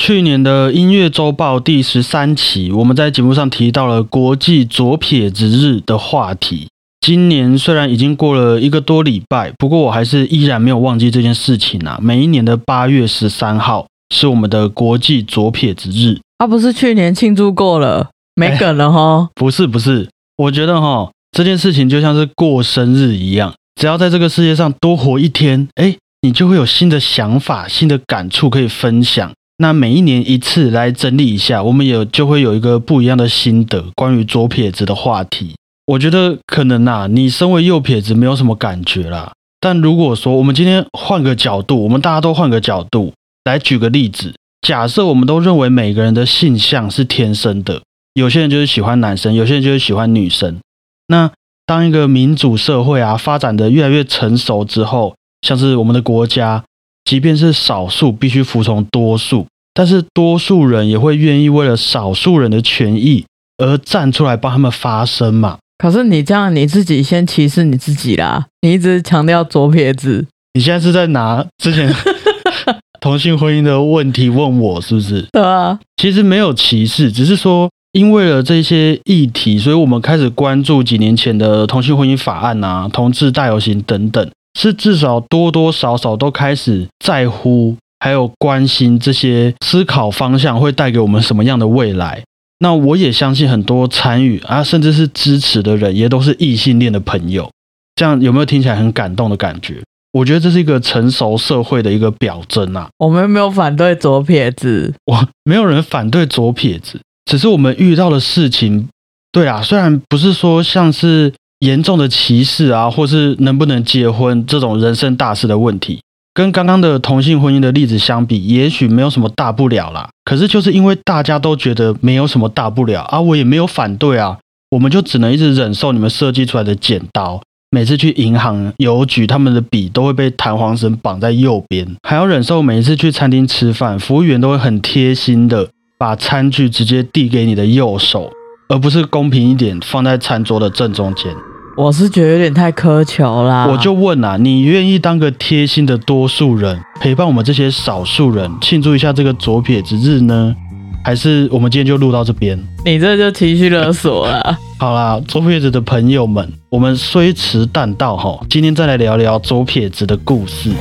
去年的音乐周报第13期，我们在节目上提到了国际左撇子日的话题。今年虽然已经过了1个多礼拜，不过我还是依然没有忘记这件事情啊。每一年的8月13号是我们的国际左撇子日。 不是去年庆祝过了，没梗了齁。 不是，我觉得这件事情就像是过生日一样，只要在这个世界上多活一天，你就会有新的想法、新的感触可以分享。那每一年一次来整理一下，我们也就会有一个不一样的心得，关于左撇子的话题。我觉得可能你身为右撇子没有什么感觉啦，但如果说我们今天换个角度，我们大家都换个角度来举个例子，假设我们都认为每个人的性向是天生的，有些人就是喜欢男生，有些人就是喜欢女生。那当一个民主社会发展的越来越成熟之后，像是我们的国家，即便是少数必须服从多数，但是多数人也会愿意为了少数人的权益而站出来帮他们发声嘛。 可是你这样你自己先歧视你自己啦，你一直强调左撇子。 你现在是在拿之前同性婚姻的问题问我是不是？ 对啊， 其实没有歧视，只是说因为了这些议题，所以我们开始关注几年前的同性婚姻法案同志大游行等等，是至少多多少少都开始在乎还有关心这些思考方向会带给我们什么样的未来。那我也相信很多参与甚至是支持的人也都是异性恋的朋友，这样有没有听起来很感动的感觉？我觉得这是一个成熟社会的一个表征我们没有反对左撇子， 没有人反对左撇子，只是我们遇到的事情，对啦，虽然不是说像是严重的歧视或是能不能结婚这种人生大事的问题，跟刚刚的同性婚姻的例子相比，也许没有什么大不了啦。可是就是因为大家都觉得没有什么大不了我也没有反对我们就只能一直忍受你们设计出来的剪刀。每次去银行邮局，他们的笔都会被弹簧绳绑在右边，还要忍受每一次去餐厅吃饭，服务员都会很贴心的把餐具直接递给你的右手，而不是公平一点放在餐桌的正中间。 我是觉得有点太苛求啦。 我就问你愿意当个贴心的多数人，陪伴我们这些少数人庆祝一下这个左撇子日呢？还是我们今天就录到这边？ 你这就情绪勒索啦。 好啦，左撇子的朋友们，我们虽迟但到今天再来聊聊左撇子的故事。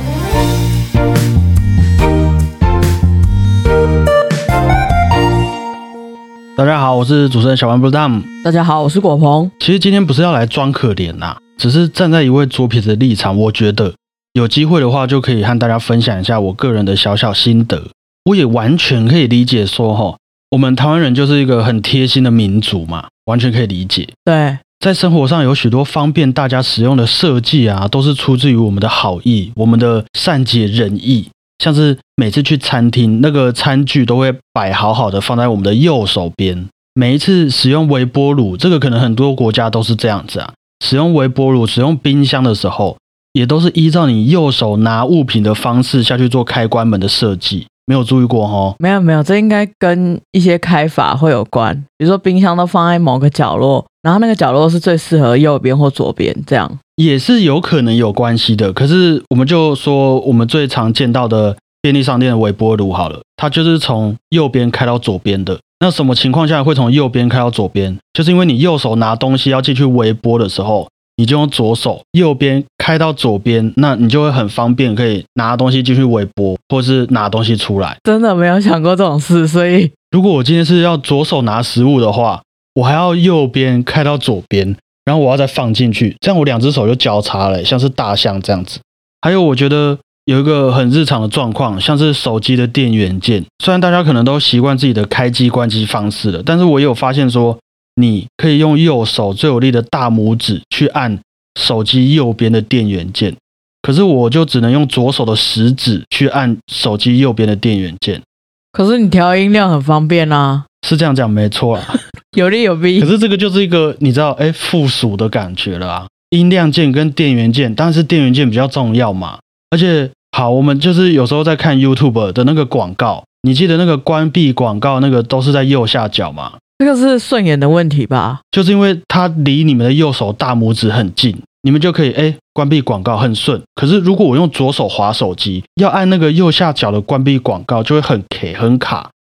大家好，我是主持人小丸 Blue Dam。 大家好，我是果鹏。 其实今天不是要来装可怜只是站在一位左撇子的立场，我觉得有机会的话就可以和大家分享一下我个人的小小心得。我也完全可以理解说我们台湾人就是一个很贴心的民族嘛，完全可以理解。 对， 在生活上有许多方便大家使用的设计都是出自于我们的好意，我们的善解人意。像是每次去餐厅，那个餐具都会摆好好的放在我们的右手边。每一次使用微波炉，这个可能很多国家都是这样子使用微波炉、使用冰箱的时候，也都是依照你右手拿物品的方式下去做开关门的设计。没有注意过没有，这应该跟一些开法会有关。比如说冰箱都放在某个角落，然后那个角落是最适合右边或左边，这样也是有可能有关系的。可是我们就说我们最常见到的便利商店的微波炉好了，它就是从右边开到左边的。那什么情况下会从右边开到左边？就是因为你右手拿东西要进去微波的时候，你就用左手，右边开到左边，那你就会很方便可以拿东西进去微波，或是拿东西出来。 真的没有想过这种事，所以如果我今天是要左手拿食物的话，我还要右边开到左边，然后我要再放进去，这样我2只手就交叉了，像是大象这样子。还有我觉得有一个很日常的状况，像是手机的电源键，虽然大家可能都习惯自己的开机关机方式了，但是我也有发现说你可以用右手最有力的大拇指去按手机右边的电源键，可是我就只能用左手的食指去按手机右边的电源键。 可是你调音量很方便是这样讲没错啦有利有弊。 可是这个就是一个你知道附属的感觉了音量键跟电源键，当然是电源键比较重要嘛。而且好，我们就是有时候在看 YouTube 的那个广告，你记得那个关闭广告那个都是在右下角吗？ 这个是顺眼的问题吧？ 就是因为它离你们的右手大拇指很近，你们就可以关闭广告很顺。可是如果我用左手滑手机，要按那个右下角的关闭广告就会很卡。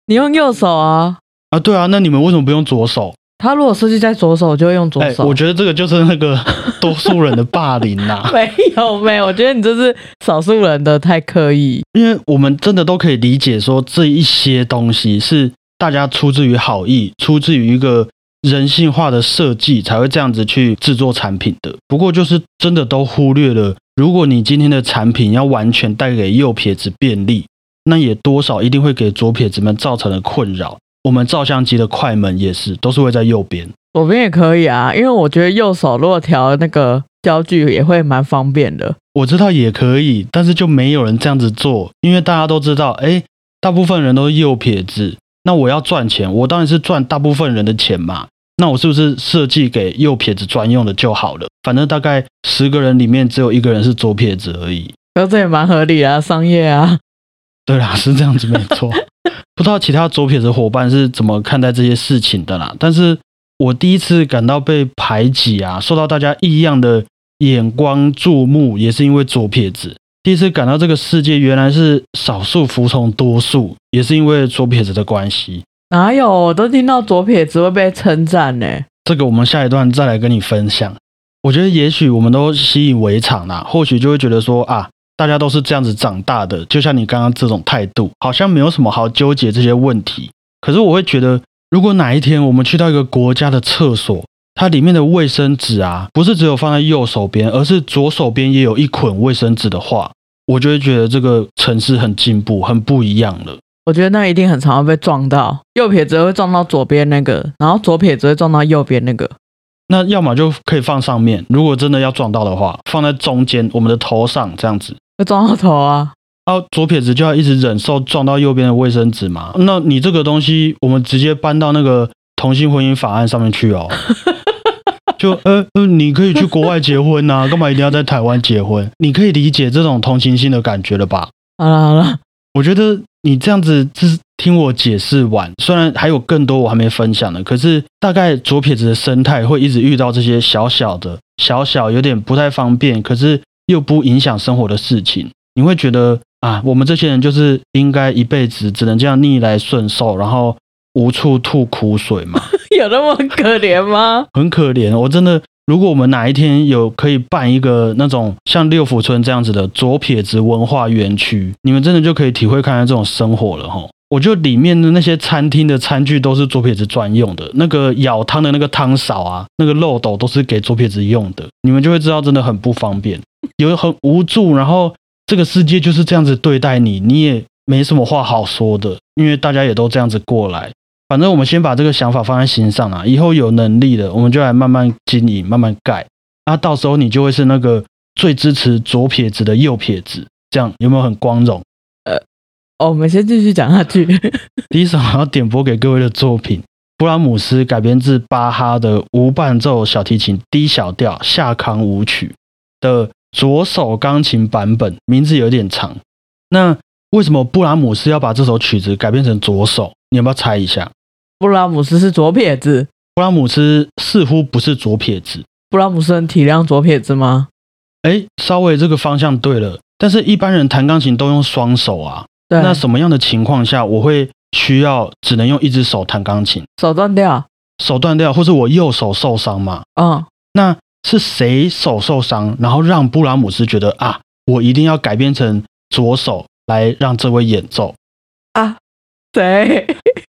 你用右手啊？ 啊，对啊，那你们为什么不用左手？ 他如果设计在左手，就会用左手。 我觉得这个就是那个多数人的霸凌啦。 没有，我觉得你这是少数人的太刻意。 因为我们真的都可以理解说，这一些东西是大家出自于好意，出自于一个人性化的设计，才会这样子去制作产品的。不过就是真的都忽略了，如果你今天的产品要完全带给右撇子便利，那也多少一定会给左撇子们造成了困扰。我们照相机的快门也是，都是会在右边。 左边也可以啊，因为我觉得右手如果调那个焦距也会蛮方便的。 我知道也可以，但是就没有人这样子做，因为大家都知道，大部分人都是右撇子，那我要赚钱，我当然是赚大部分人的钱嘛。那我是不是设计给右撇子专用的就好了？反正大概10个人里面只有1个人是左撇子而已。 这也蛮合理啊，商业啊。 对啦，是这样子没错。不知道其他左撇子伙伴是怎么看待这些事情的啦，但是我第一次感到被排挤啊，受到大家异样的眼光注目，也是因为左撇子。第一次感到这个世界原来是少数服从多数，也是因为左撇子的关系。 哪有，我都听到左撇子会被称赞呢。 这个我们下一段再来跟你分享。我觉得也许我们都习以为常啦，或许就会觉得说啊，大家都是这样子长大的，就像你刚刚这种态度，好像没有什么好纠结这些问题。可是我会觉得，如果哪一天我们去到一个国家的厕所，它里面的卫生纸啊，不是只有放在右手边，而是左手边也有一捆卫生纸的话，我就会觉得这个城市很进步，很不一样了。 我觉得那一定很常会被撞到，右撇子会撞到左边那个，然后左撇子会撞到右边那个。 那要么就可以放上面，如果真的要撞到的话，放在中间我们的头上这样子， 会撞到头啊。 左撇子就要一直忍受撞到右边的卫生纸嘛？那你这个东西，我们直接搬到那个同性婚姻法案上面去哦。就你可以去国外结婚啊，干嘛一定要在台湾结婚？你可以理解这种同情心的感觉了吧？ 好了， 我觉得你这样子就是听我解释完，虽然还有更多我还没分享的，可是大概左撇子的生态会一直遇到这些小小有点不太方便，可是又不影响生活的事情。你会觉得啊，我们这些人就是应该一辈子只能这样逆来顺受，然后无处吐苦水嘛？ 有那么可怜吗？ 很可怜，我真的。如果我们哪一天有可以办一个那种像六福村这样子的左撇子文化园区，你们真的就可以体会看看这种生活了齁。我觉得里面的那些餐厅的餐具都是左撇子专用的，那个舀汤的那个汤勺啊，那个漏斗都是给左撇子用的，你们就会知道真的很不方便，有很无助，然后这个世界就是这样子对待你，你也没什么话好说的，因为大家也都这样子过来。反正我们先把这个想法放在心上啊，以后有能力了，我们就来慢慢经营，慢慢盖。到时候你就会是那个最支持左撇子的右撇子，这样有没有很光荣？ 我们先继续讲下去。 第一首我要点播给各位的作品，布拉姆斯改编自巴哈的无伴奏小提琴 D 小调夏康舞曲的左手钢琴版本，名字有点长。那为什么布拉姆斯要把这首曲子改编成左手？你要不要猜一下？ 布拉姆斯是左撇子， 布拉姆斯似乎不是左撇子。 布拉姆斯能体谅左撇子吗？ 稍微这个方向对了，但是一般人弹钢琴都用双手啊。 对， 那什么样的情况下我会需要只能用一只手弹钢琴？ 手断掉， 或是我右手受伤嘛？那是谁手受伤，然后让布拉姆斯觉得啊，我一定要改编成左手来让这位演奏啊？谁？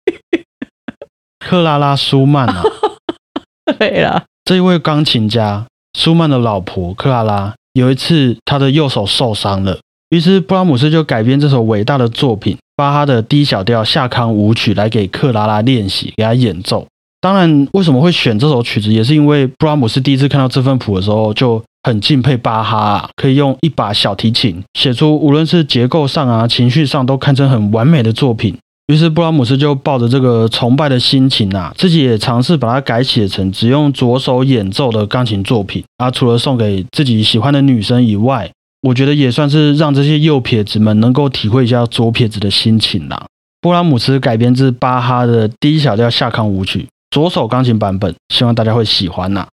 克拉拉·舒曼啊。 对啦， 这一位钢琴家，舒曼的老婆克拉拉，有一次她的右手受伤了，于是布拉姆斯就改编这首伟大的作品巴哈的 D 小调夏康舞曲来给克拉拉练习，给她演奏。当然为什么会选这首曲子，也是因为布拉姆斯第一次看到这份谱的时候就很敬佩巴哈啊，可以用一把小提琴写出无论是结构上啊情绪上都堪称很完美的作品。于是布拉姆斯就抱着这个崇拜的心情啊，自己也尝试把它改写成只用左手演奏的钢琴作品啊。除了送给自己喜欢的女生以外，我觉得也算是让这些右撇子们能够体会一下左撇子的心情啦。布拉姆斯改编自巴哈的 D 小调夏康舞曲左手钢琴版本，希望大家会喜欢啦。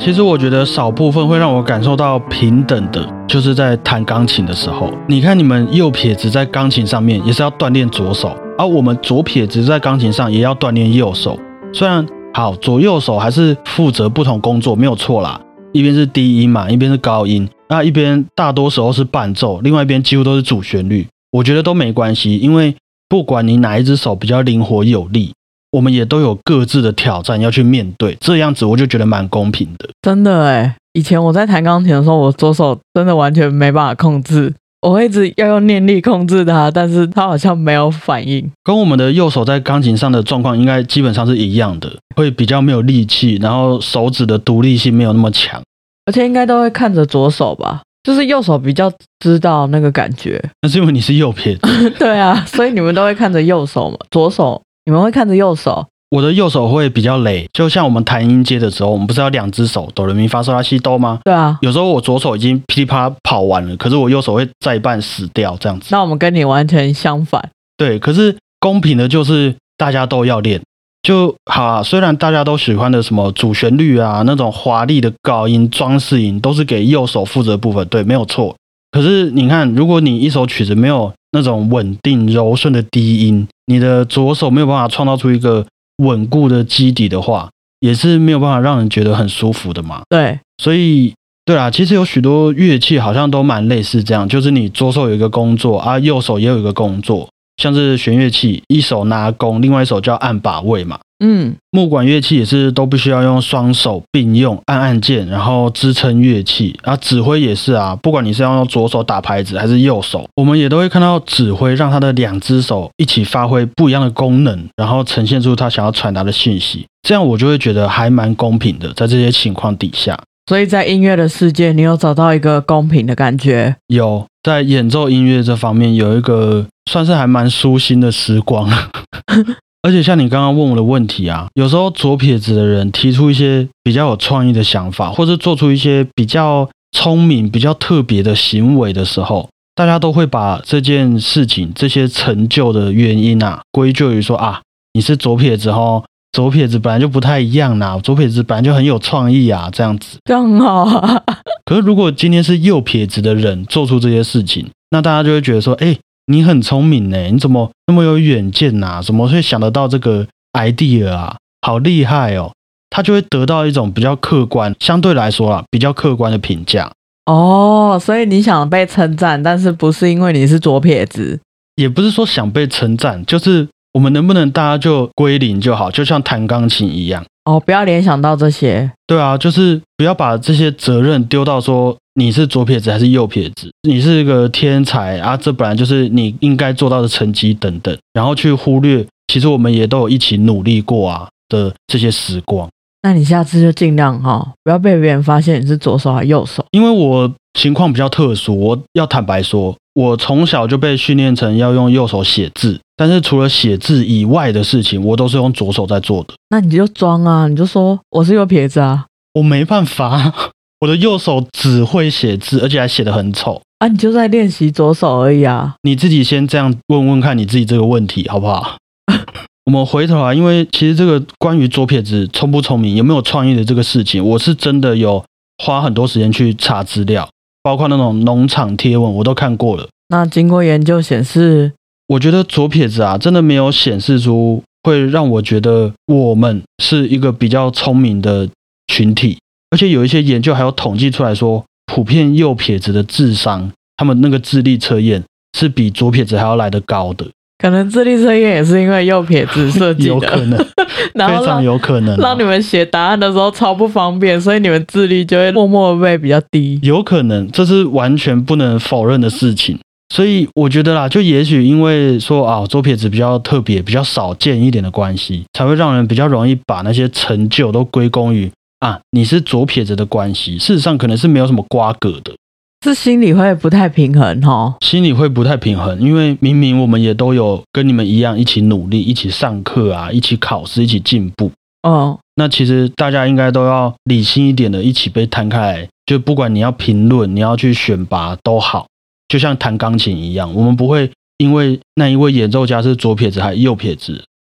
其实我觉得少部分会让我感受到平等的，就是在弹钢琴的时候。你看你们右撇子在钢琴上面也是要锻炼左手，而我们左撇子在钢琴上也要锻炼右手。虽然好左右手还是负责不同工作，没有错啦，一边是低音嘛，一边是高音，那一边大多时候是伴奏，另外一边几乎都是主旋律。我觉得都没关系，因为不管你哪一只手比较灵活有力，我们也都有各自的挑战要去面对，这样子我就觉得蛮公平的。 真的耶，以前我在弹钢琴的时候，我左手真的完全没办法控制，我会一直要用念力控制它，但是它好像没有反应。 跟我们的右手在钢琴上的状况应该基本上是一样的，会比较没有力气，然后手指的独立性没有那么强， 而且应该都会看着左手吧，就是右手比较知道那个感觉。 那是因为你是右撇子。 对啊，所以你们都会看着右手嘛，左手你们会看着右手。 我的右手会比较累，就像我们弹音阶的时候，我们不是要两只手哆来咪发嗦拉西哆吗？ 对啊， 有时候我左手已经噼里啪啦跑完了，可是我右手会在一半死掉这样子。 那我们跟你完全相反。 对，可是公平的就是大家都要练就好啊。虽然大家都喜欢的什么主旋律啊，那种华丽的高音、装饰音都是给右手负责的部分，对，没有错。可是你看，如果你一首曲子没有那种稳定柔顺的低音，你的左手没有办法创造出一个稳固的基底的话，也是没有办法让人觉得很舒服的嘛。 对， 所以对啦，其实有许多乐器好像都蛮类似这样，就是你左手有一个工作啊，右手也有一个工作，像是弦乐器，一手拿弓，另外一手就要按把位嘛。木管乐器也是都必须要用双手并用按按键，然后支撑乐器啊。指挥也是啊，不管你是要用左手打拍子还是右手，我们也都会看到指挥让他的两只手一起发挥不一样的功能，然后呈现出他想要传达的讯息。这样我就会觉得还蛮公平的，在这些情况底下。 所以在音乐的世界，你有找到一个公平的感觉？ 有，在演奏音乐这方面有一个算是还蛮舒心的时光。而且像你刚刚问我的问题啊，有时候左撇子的人提出一些比较有创意的想法，或是做出一些比较聪明、比较特别的行为的时候，大家都会把这件事情、这些成就的原因啊，归咎于说啊，你是左撇子哦，左撇子本来就不太一样啦，左撇子本来就很有创意啊，这样子。 这样很好啊。 可是如果今天是右撇子的人做出这些事情，那大家就会觉得说，你很聪明呢，你怎么那么有远见啊？怎么会想得到这个 idea 啊？好厉害哦！他就会得到一种比较客观，相对来说啦，比较客观的评价。 哦，所以你想被称赞，但是不是因为你是左撇子？ 也不是说想被称赞，就是我们能不能大家就归零就好，就像弹钢琴一样。 哦，不要联想到这些。 对啊，就是不要把这些责任丢到说你是左撇子还是右撇子，你是一个天才啊，这本来就是你应该做到的成绩等等，然后去忽略其实我们也都有一起努力过啊的这些时光。 那你下次就尽量不要被别人发现你是左手还右手。 因为我情况比较特殊，我要坦白说，我从小就被训练成要用右手写字，但是除了写字以外的事情，我都是用左手在做的。 那你就装啊，你就说我是右撇子啊。 我没办法，我的右手只会写字，而且还写得很丑啊。你就在练习左手而已啊。 你自己先这样问问看你自己这个问题好不好？我们回头因为其实这个关于左撇子聪不聪明、有没有创意的这个事情，我是真的有花很多时间去查资料，包括那种农场贴文我都看过了。 那经过研究显示， 我觉得左撇子真的没有显示出会让我觉得我们是一个比较聪明的群体，而且有一些研究还有统计出来说，普遍右撇子的智商，他们那个智力测验是比左撇子还要来得高的。 可能智力测验也是因为右撇子设计的， 有可能， 然后非常有可能让你们写答案的时候超不方便，所以你们智力就会默默被比较低。 有可能，这是完全不能否认的事情。所以我觉得啦，就也许因为说左撇子比较特别、比较少见一点的关系，才会让人比较容易把那些成就都归功于你是左撇子的关系。事实上可能是没有什么瓜葛的。 是心里会不太平衡心里会不太平衡，因为明明我们也都有跟你们一样一起努力，一起上课一起考试，一起进步。那其实大家应该都要理性一点的，一起被摊开来，就不管你要评论，你要去选拔都好，就像弹钢琴一样，我们不会因为那一位演奏家是左撇子还是右撇子，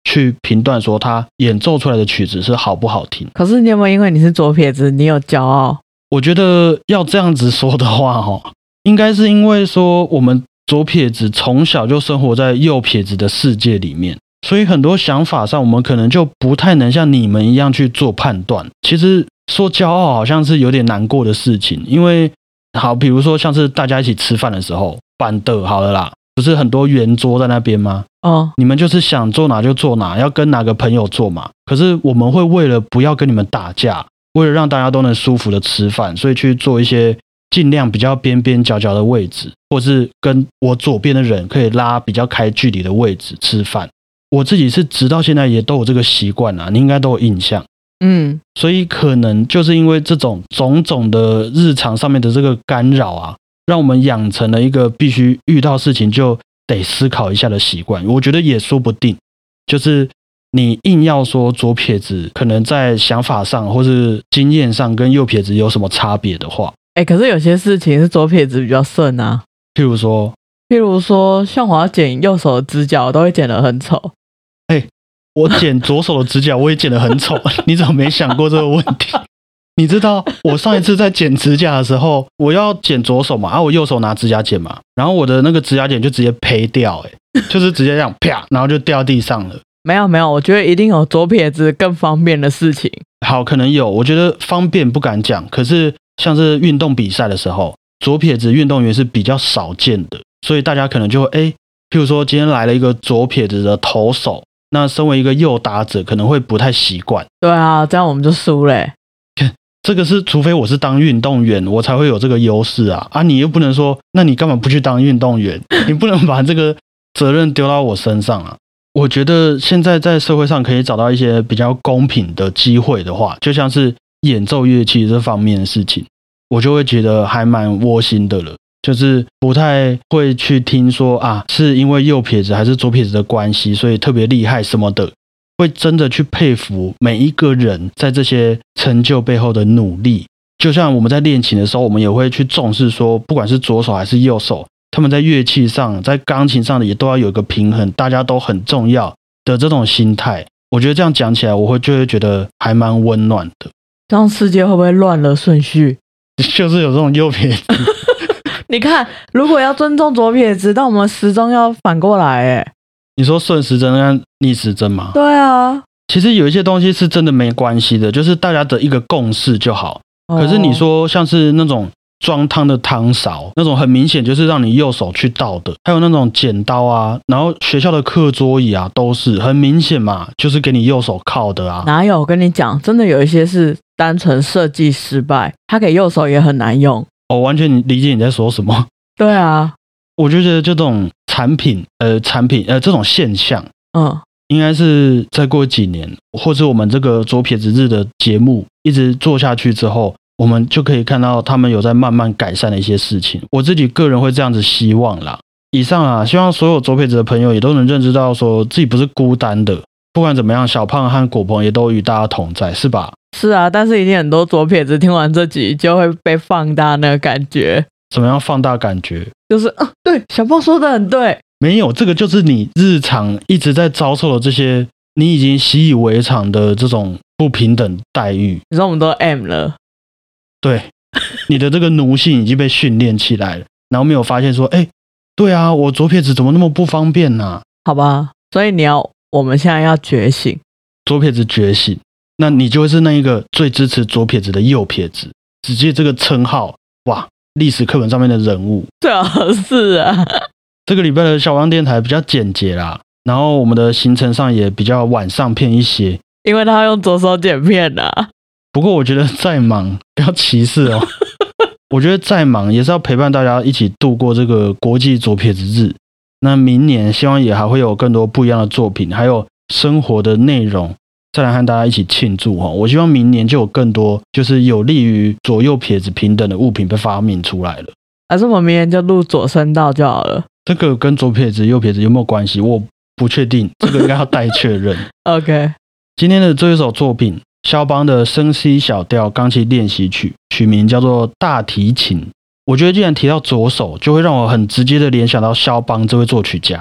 去评断说他演奏出来的曲子是好不好听。 可是你有没有因为你是左撇子，你有骄傲？ 我觉得要这样子说的话，应该是因为说我们左撇子从小就生活在右撇子的世界里面，所以很多想法上我们可能就不太能像你们一样去做判断。其实说骄傲好像是有点难过的事情，因为好，比如说像是大家一起吃饭的时候，板的好了啦，不是很多圆桌在那边吗？你们就是想坐哪就坐哪，要跟哪个朋友坐嘛。可是我们会为了不要跟你们打架，为了让大家都能舒服的吃饭，所以去做一些尽量比较边边角角的位置，或是跟我左边的人可以拉比较开距离的位置吃饭。我自己是直到现在也都有这个习惯啊，你应该都有印象。所以可能就是因为这种种种的日常上面的这个干扰啊，让我们养成了一个必须遇到事情就得思考一下的习惯。我觉得也说不定，就是你硬要说左撇子可能在想法上或是经验上跟右撇子有什么差别的话， 可是有些事情是左撇子比较顺啊。 譬如说像我要剪右手的指甲，我都会剪得很丑。 我剪左手的指甲我也剪得很丑，你怎么没想过这个问题？你知道我上一次在剪指甲的时候，我要剪左手嘛，我右手拿指甲剪嘛，然后我的那个指甲剪就直接呸掉，就是直接这样啪，然后就掉地上了。 没有，我觉得一定有左撇子更方便的事情。 好，可能有，我觉得方便不敢讲，可是像是运动比赛的时候，左撇子运动员是比较少见的，所以大家可能就会譬如说今天来了一个左撇子的投手，那身为一个右打者可能会不太习惯。 对啊，这样我们就输了。 这个是除非我是当运动员我才会有这个优势啊，你又不能说那你干嘛不去当运动员，你不能把这个责任丢到我身上啊。我觉得现在在社会上可以找到一些比较公平的机会的话，就像是演奏乐器这方面的事情，我就会觉得还蛮窝心的了。就是不太会去听说是因为右撇子还是左撇子的关系所以特别厉害什么的，会真的去佩服每一个人在这些成就背后的努力。就像我们在练琴的时候，我们也会去重视说不管是左手还是右手，他们在乐器上在钢琴上的也都要有一个平衡，大家都很重要的这种心态。我觉得这样讲起来就会觉得还蛮温暖的。 这样世界会不会乱了顺序？ 就是有这种右撇子你看如果要尊重左撇子，但我们时钟要反过来。 你说顺时针跟逆时针吗？ 对啊， 其实有一些东西是真的没关系的，就是大家的一个共识就好。可是你说像是那种装汤的汤勺，那种很明显就是让你右手去倒的，还有那种剪刀啊，然后学校的课桌椅啊，都是很明显嘛，就是给你右手靠的啊。 哪有，我跟你讲，真的有一些是单纯设计失败，它给右手也很难用。 我完全理解你在说什么。 对啊， 我觉得这种产品这种现象，应该是再过几年，或是我们这个左撇子日的节目一直做下去之后，我们就可以看到他们有在慢慢改善的一些事情。我自己个人会这样子希望啦。以上希望所有左撇子的朋友也都能认知到说自己不是孤单的，不管怎么样，小胖和果鹏也都与大家同在，是吧？ 是啊，但是一定很多左撇子听完这集就会被放大那个感觉。 怎么样放大感觉？ 就是对，小胖说的很对。 没有，这个就是你日常一直在遭受的这些你已经习以为常的这种不平等待遇。 你说我们都 M 了。 对，你的这个奴性已经被训练起来了，然后没有发现说对啊，我左撇子怎么那么不方便啊？ 好吧，所以我们现在要觉醒， 左撇子觉醒，那你就会是那一个最支持左撇子的右撇子，直接这个称号，哇，历史课本上面的人物。 最好是啊。 这个礼拜的小王电台比较简洁啦，然后我们的行程上也比较晚上片一些， 因为他用左手剪片啊。 不过我觉得再忙不要歧视哦。我觉得再忙也是要陪伴大家一起度过这个国际左撇子日。那明年希望也还会有更多不一样的作品，还有生活的内容，再来和大家一起庆祝。我希望明年就有更多就是有利于左右撇子平等的物品被发明出来了。 还是我们明年就录左声道就好了。 这个跟左撇子右撇子有没有关系我不确定，这个应该要待确认。 OK， 今天的这一首作品，肖邦的升 C 小调钢琴练习曲，取名叫做大提琴。我觉得既然提到左手，就会让我很直接的联想到肖邦这位作曲家，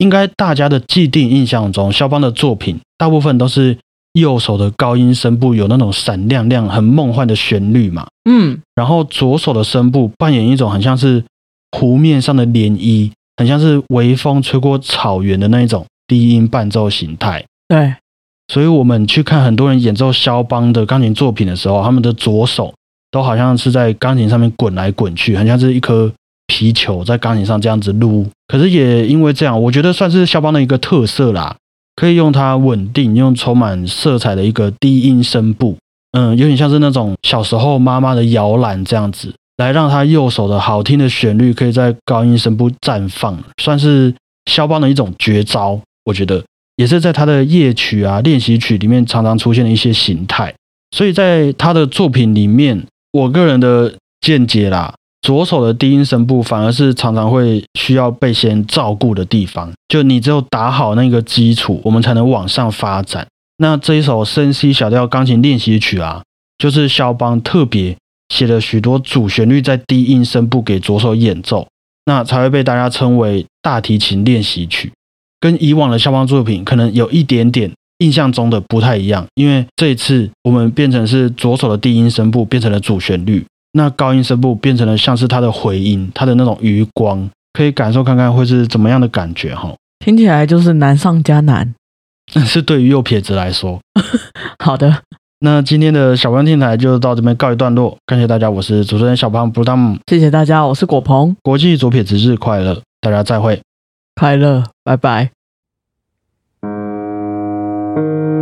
应该大家的既定印象中，肖邦的作品大部分都是右手的高音声部有那种闪亮亮、很梦幻的旋律嘛，然后左手的声部扮演一种很像是湖面上的涟漪，很像是微风吹过草原的那一种低音伴奏形态。 对， 所以我们去看很多人演奏肖邦的钢琴作品的时候，他们的左手都好像是在钢琴上面滚来滚去，很像是一颗皮球在钢琴上这样子撸。可是也因为这样，我觉得算是肖邦的一个特色啦，可以用它稳定、用充满色彩的一个低音声部，有点像是那种小时候妈妈的摇篮这样子，来让他右手的好听的旋律可以在高音声部绽放，算是肖邦的一种绝招，我觉得也是在他的夜曲啊、练习曲里面常常出现的一些形态。所以在他的作品里面，我个人的见解啦，左手的低音声部反而是常常会需要被先照顾的地方，就你只有打好那个基础，我们才能往上发展。那这一首升 C 小调钢琴练习曲啊，就是肖邦特别写了许多主旋律在低音声部给左手演奏，那才会被大家称为大提琴练习曲。跟以往的肖邦作品可能有一点点印象中的不太一样，因为这一次我们变成是左手的低音声部变成了主旋律，那高音声部变成了像是它的回音，它的那种余光，可以感受看看会是怎么样的感觉齁。 听起来就是难上加难。 是对于右撇子来说。 好的， 那今天的小胖电台就到这边告一段落，感谢大家，我是主持人小胖布当， 谢谢大家，我是果鹏， 国际左撇子日快乐，大家再会， 快乐，拜拜。